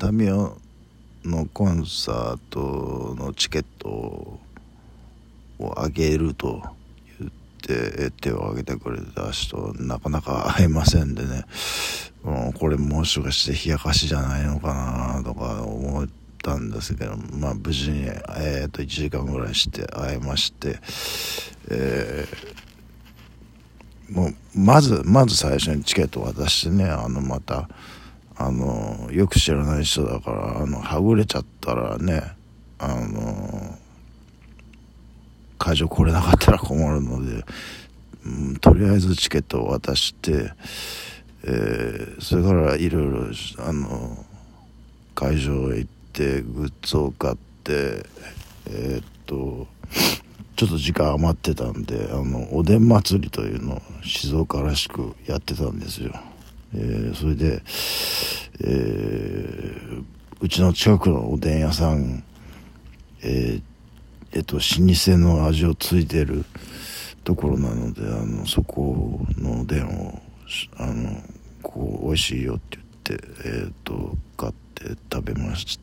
タミオのコンサートのチケットをあげると言って手を挙げてくれた人なかなか会えませんでね、これもしかして冷やかしじゃないのかなとか思ったんですけど、無事に、1時間ぐらいして会えまして、もうまず最初にチケットを渡してね、またよく知らない人だからはぐれちゃったらね、会場来れなかったら困るので、とりあえずチケットを渡して、それからいろいろ会場へ行ってグッズを買って、ちょっと時間余ってたんでおでん祭りというのを静岡らしくやってたんですよ。それで、うちの近くのおでん屋さん、老舗の味をついてるところなのでそこのおでんをこう美味しいよって言って、買って食べました。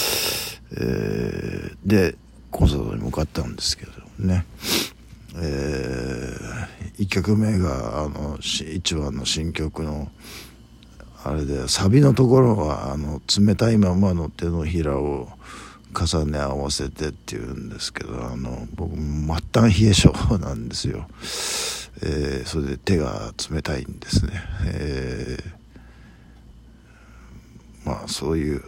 でコンサートに向かったんですけどね、1曲目が一番の新曲のあれで、サビのところは冷たいままの手のひらを重ね合わせてっていうんですけど、僕末端冷え性なんですよ。それで手が冷たいんですね。そういう、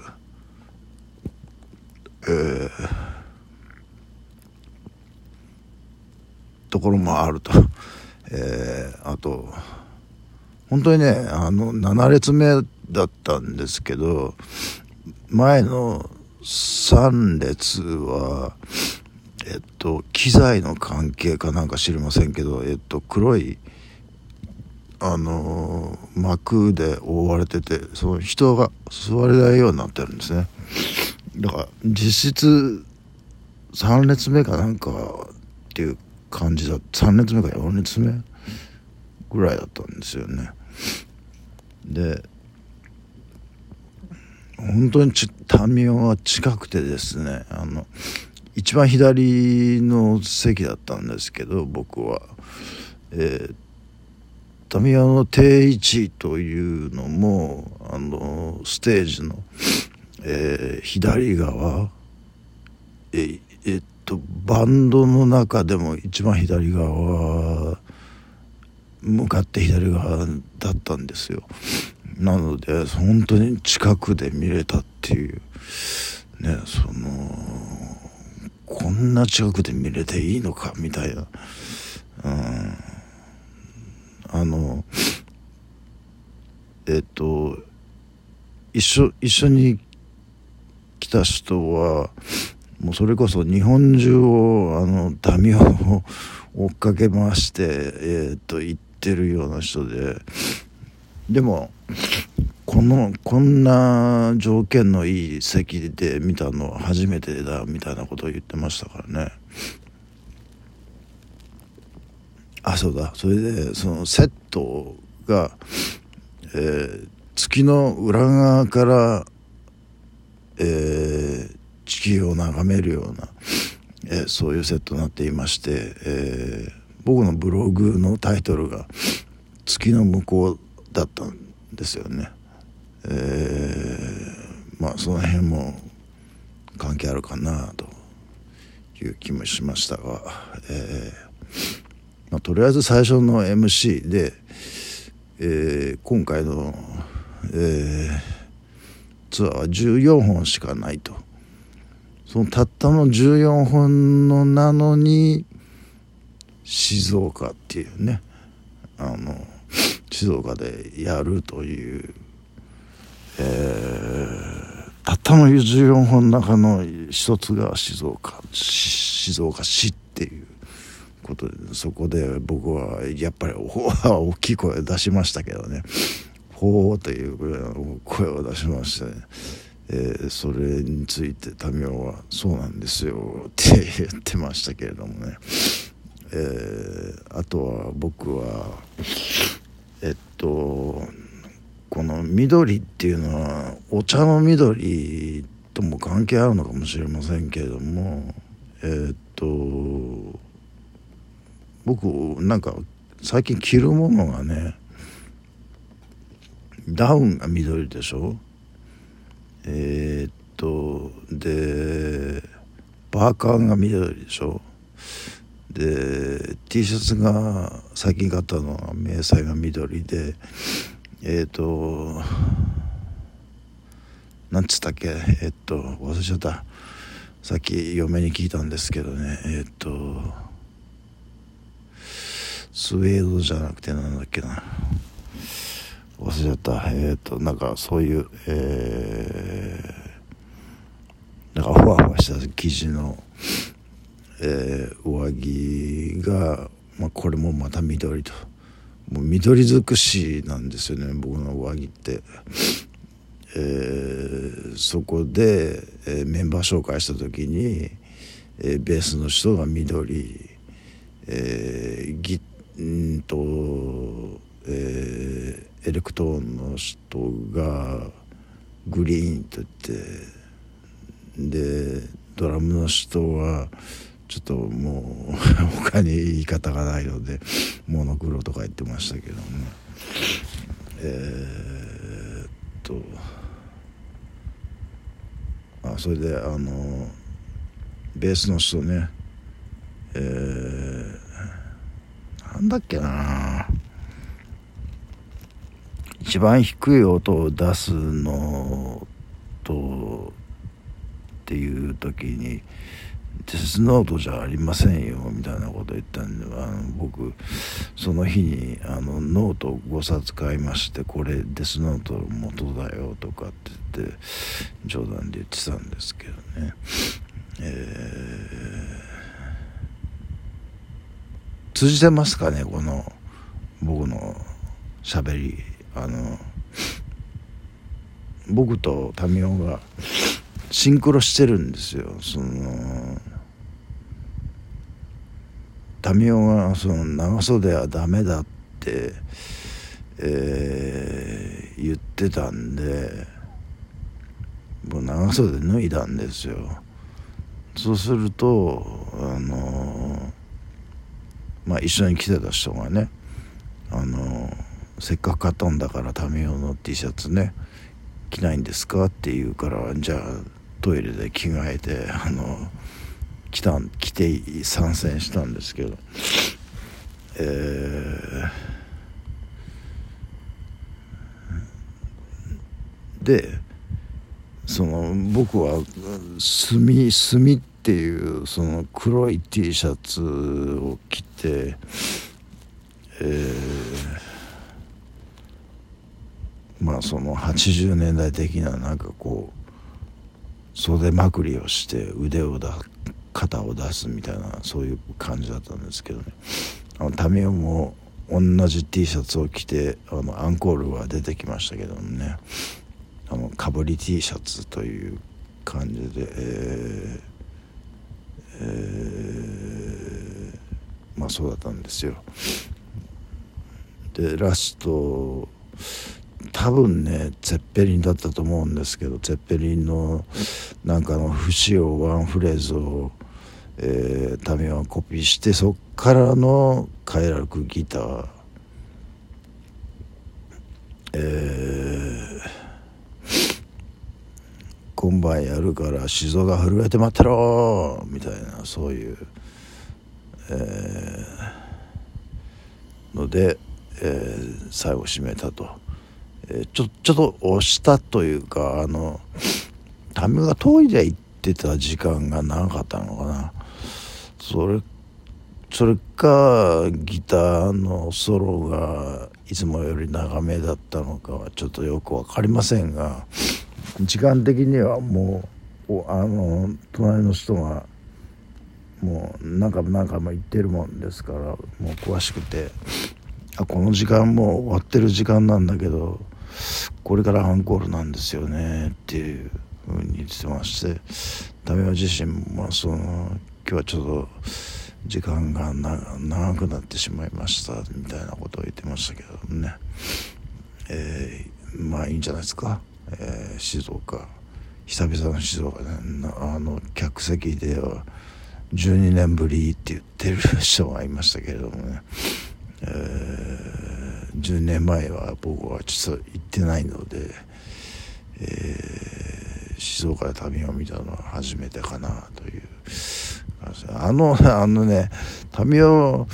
ところもあると、あと本当にね7列目だったんですけど、前の3列は機材の関係かなんか知りませんけど、黒い幕で覆われてて、その人が座れないようになってるんですね。だから実質3列目かなんかっていう感じだ、3列目か4列目ぐらいだったんですよね。で本当にタミオは近くてですね、一番左の席だったんですけど、僕は、タミオの定位置というのもステージの、左側、バンドの中でも一番左側、向かって左側だったんですよ。なので本当に近くで見れたっていうね、こんな近くで見れていいのかみたいな、一緒に来た人はもうそれこそ日本中をタミオを追っかけ回して行ってるような人で、でもこんな条件のいい席で見たのは初めてだみたいなことを言ってましたからね。そうだ、それでそのセットが、月の裏側から、地球を眺めるような、そういうセットになっていまして、僕のブログのタイトルが月の向こうだったんですよね。その辺も関係あるかなという気もしましたが、とりあえず最初の MC で、今回の、ツアーは14本しかないと。そのたったの14本のなのに静岡っていうね、静岡でやるという、たったの14本の中の一つが静岡市っていうことで、そこで僕はやっぱり大きい声を出しましたけどね、ほーというぐらいの声を出しましてね、それについてタミオはそうなんですよって言ってましたけれどもね、あとは僕はこの緑っていうのはお茶の緑とも関係あるのかもしれませんけれども、僕なんか最近着るものがね、ダウンが緑でしょ、でパーカーが緑でしょ、で T シャツが最近買ったのは迷彩が緑で、なんつったっけ、忘れちゃった。さっき嫁に聞いたんですけどね、スウェードじゃなくてなんだっけな、忘れちゃった。なんかそういう、なんかふわふわした生地の、上着が、これもまた緑と、もう緑尽くしなんですよね、僕の上着って。そこで、メンバー紹介した時に、ベースの人が緑、エレクトーンの人がグリーンと言って、でドラムの人はちょっともう他に言い方がないのでモノクロとか言ってましたけどね。それでベースの人ね、なんだっけな、一番低い音を出すのとっていう時にデスノートじゃありませんよみたいなこと言ったんで、僕その日にノート5冊買いまして、これデスノートの元だよとかって言って冗談で言ってたんですけどね。通じてますかね、この僕のしゃべり。僕と民生がシンクロしてるんですよ。民生が長袖はダメだって、言ってたんで、もう長袖脱いだんですよ。そうすると一緒に来てた人がね、せっかく買ったんだから民生の T シャツね着ないんですかって言うから、じゃあトイレで着替えて着て参戦したんですけど、で僕は墨っていうその黒い T シャツを着て、その80年代的ななんかこう袖まくりをして肩を出すみたいな、そういう感じだったんですけどね。民生も同じ T シャツを着てアンコールは出てきましたけどもね、かぶり T シャツという感じで、そうだったんですよ。でラスト多分ねツェッペリンだったと思うんですけど、ツェッペリンのなんかの節をワンフレーズを民生はコピーして、そっからの快楽ギター、今晩やるからシゾが震えて待ってろみたいな、そういう、ので、最後締めたと、ちょっと押したというか、民生がトイレ行ってた時間が長かったのかな、それかギターのソロがいつもより長めだったのかはちょっとよく分かりませんが、時間的にはもう隣の人がもう何回も言ってるもんですから、もう詳しくて、この時間もう終わってる時間なんだけどこれからアンコールなんですよねっていう風に言ってまして、民生自身も今日はちょっと時間が長くなってしまいましたみたいなことを言ってましたけどね、いいんじゃないですか。 静岡、久々の静岡ね、客席では12年ぶりって言ってる人がいましたけれどもね、10年前は僕はちょっと行ってないので、静岡で民を見たのは初めてかなという。ね、民を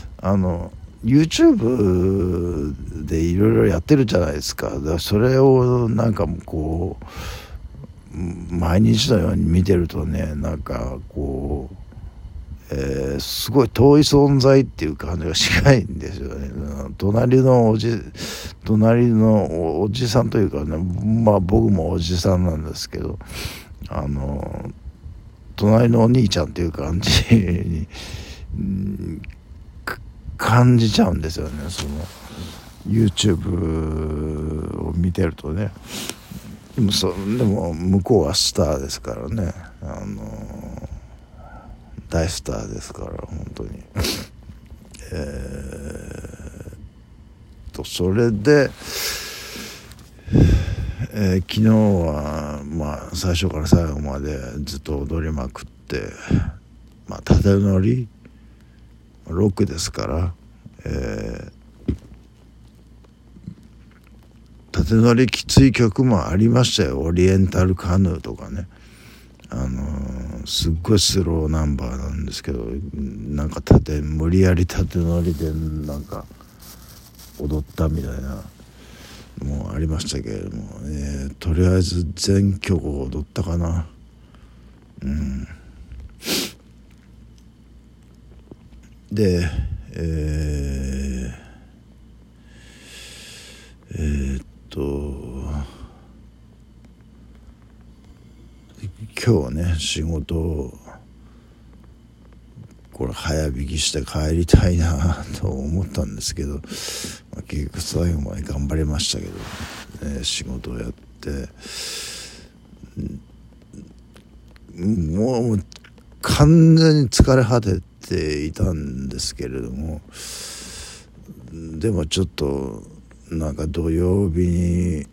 YouTube でいろいろやってるじゃないですか。だからそれをなんかこう毎日のように見てるとね、なんかこう、すごい遠い存在っていう感じがしないんですよね。隣のおじさんというかね、まあ僕もおじさんなんですけど、隣のお兄ちゃんっていう感じに、感じちゃうんですよね、その YouTube を見てるとね。でも向こうはスターですからね、大スターですから本当に。それで、昨日はまあ最初から最後までずっと踊りまくって、まあ縦乗りロックですから、縦乗りきつい曲もありましたよ。オリエンタルカヌーとかね、すっごいスローナンバーなんですけど、なんか無理やり縦乗りでなんか踊ったみたいなのもありましたけれども、とりあえず全曲を踊ったかな。で、今日ね仕事をこれ早引きして帰りたいなと思ったんですけど、結局最後まで頑張りましたけど、仕事をやってもう完全に疲れ果てていたんですけれども、でもちょっとなんか土曜日に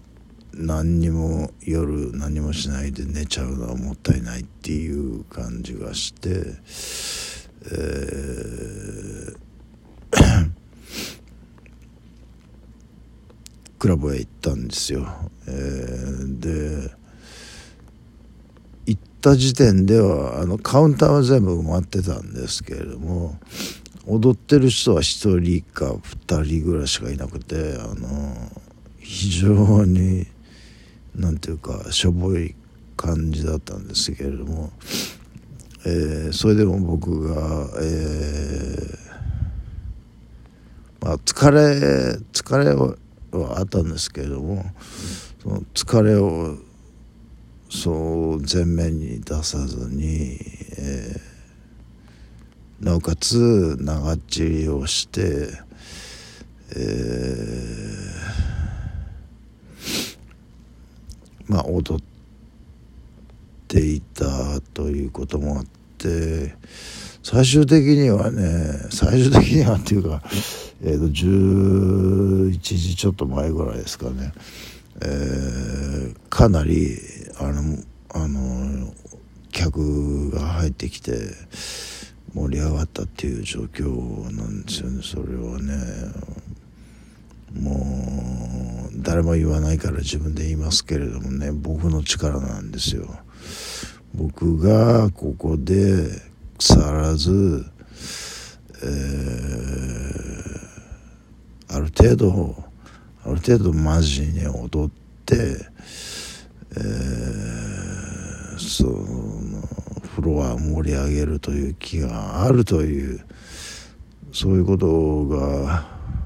夜何もしないで寝ちゃうのはもったいないっていう感じがして、クラブへ行ったんですよ。で行った時点ではカウンターは全部埋まってたんですけれども、踊ってる人は1人か2人ぐらいしかいなくて、非常になんていうかしょぼい感じだったんですけれども、それでも僕が、まあ疲れはあったんですけれども、その疲れをそう前面に出さずに、なおかつ長っちりをして、まあ踊っていたということもあって、最終的にはっていうか、11時ちょっと前ぐらいですかね、かなり客が入ってきて盛り上がったっていう状況なんですよね。それはね、もう誰も言わないから自分で言いますけれどもね、僕の力なんですよ。僕がここで腐らず、ある程度マジに踊って、そのフロアを盛り上げるという気があるという、そういうことが、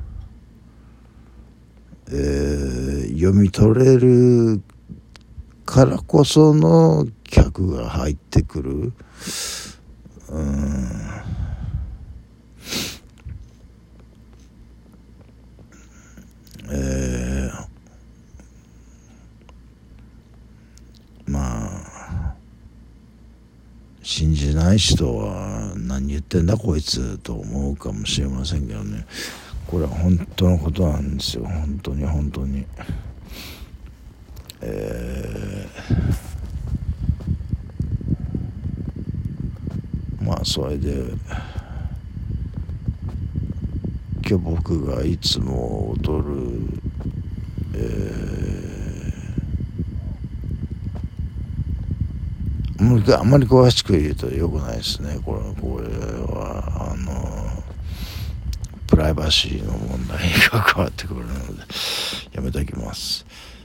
読み取れるからこその客が入ってくる。まあ信じない人は何言ってんだこいつと思うかもしれませんけどね、これは本当のことなんですよ。本当に、 それで今日僕がいつも踊る、あんまり詳しく言うとよくないですね。これはプライバシーの問題に関わってくるのでやめときます。